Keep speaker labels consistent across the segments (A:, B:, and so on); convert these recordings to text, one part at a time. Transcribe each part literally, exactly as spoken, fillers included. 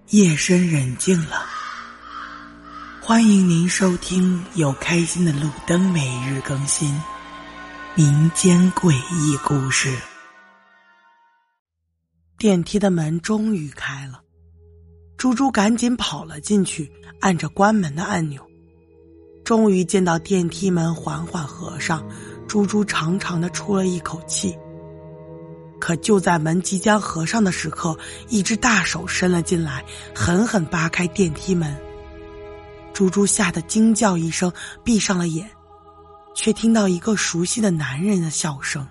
A: 夜深人静了，欢迎您收听由开心的路灯每日更新民间诡异故事。电梯的门终于开了，猪猪赶紧跑了进去，按着关门的按钮。终于见到电梯门缓缓合上，猪猪长长的出了一口气。可就在门即将合上的时刻，一只大手伸了进来，狠狠扒开电梯门。猪猪吓得惊叫一声，闭上了眼，却听到一个熟悉的男人的笑声。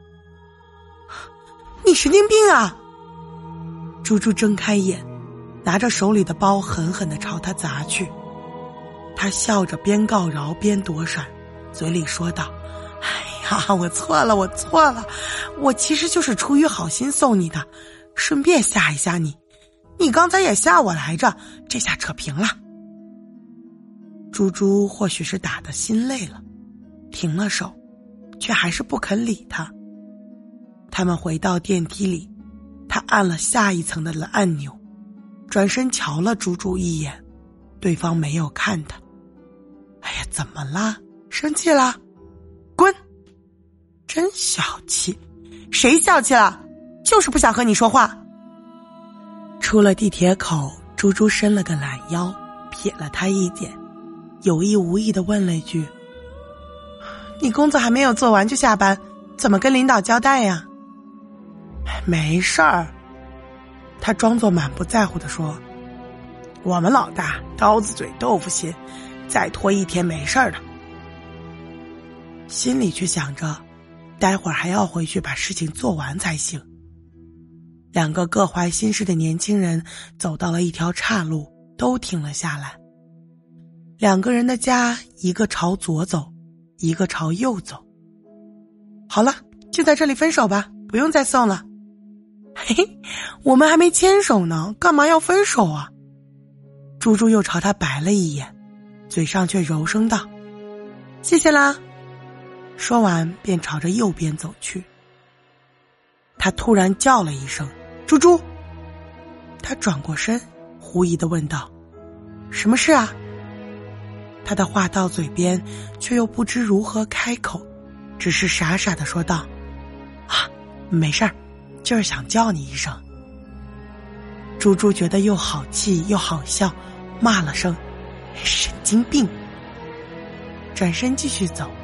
A: 你神经病啊！猪猪睁开眼，拿着手里的包狠狠地朝他砸去。他笑着边告饶边躲闪，嘴里说道：哎呀，我错了，我错了，我其实就是出于好心送你的，顺便吓一吓你。你刚才也吓我来着，这下扯平了。猪猪或许是打得心累了，停了手，却还是不肯理他。他们回到电梯里，他按了下一层的按钮，转身瞧了猪猪一眼，对方没有看他。哎呀，怎么啦？生气了？滚！真小气，谁小气了？就是不想和你说话。出了地铁口，猪猪伸了个懒腰，瞥了他一眼，有意无意地问了一句：你工作还没有做完就下班，怎么跟领导交代呀？没事儿，他装作满不在乎地说：我们老大刀子嘴豆腐心，再拖一天没事儿的。心里却想着待会儿还要回去把事情做完才行。两个各怀心事的年轻人走到了一条岔路，都停了下来。两个人的家，一个朝左走，一个朝右走。好了，就在这里分手吧，不用再送了。嘿嘿，我们还没牵手呢，干嘛要分手啊？猪猪又朝他白了一眼，嘴上却柔声道：谢谢啦。说完便朝着右边走去。他突然叫了一声：猪猪！他转过身，狐疑地问道：什么事啊？他的话到嘴边，却又不知如何开口，只是傻傻地说道：啊，没事儿，就是想叫你一声。猪猪觉得又好气又好笑，骂了声神经病，转身继续走。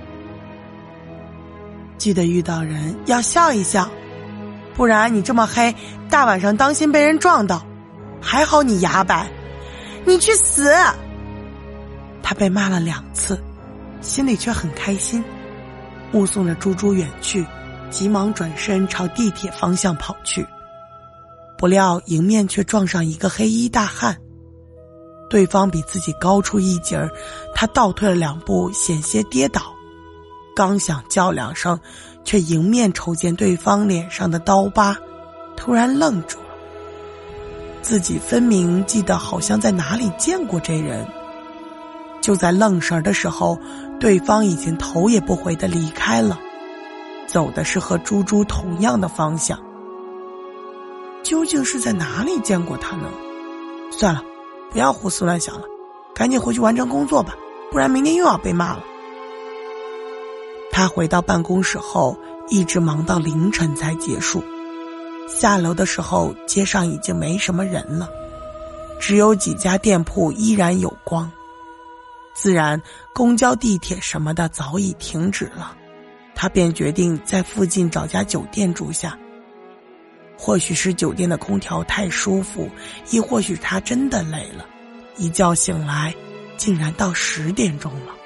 A: 记得遇到人要笑一笑，不然你这么黑，大晚上当心被人撞到。还好你牙白，你去死！他被骂了两次，心里却很开心，目送着猪猪远去，急忙转身朝地铁方向跑去。不料迎面却撞上一个黑衣大汉，对方比自己高出一截儿，他倒退了两步，险些跌倒。刚想叫两声，却迎面瞅见对方脸上的刀疤，突然愣住了。自己分明记得好像在哪里见过这人。就在愣神的时候，对方已经头也不回地离开了，走的是和猪猪同样的方向。究竟是在哪里见过他呢？算了，不要胡思乱想了，赶紧回去完成工作吧，不然明天又要被骂了。他回到办公室后，一直忙到凌晨才结束。下楼的时候，街上已经没什么人了，只有几家店铺依然有光。自然，公交、地铁什么的早已停止了。他便决定在附近找家酒店住下。或许是酒店的空调太舒服，亦或许他真的累了，一觉醒来，竟然到十点钟了。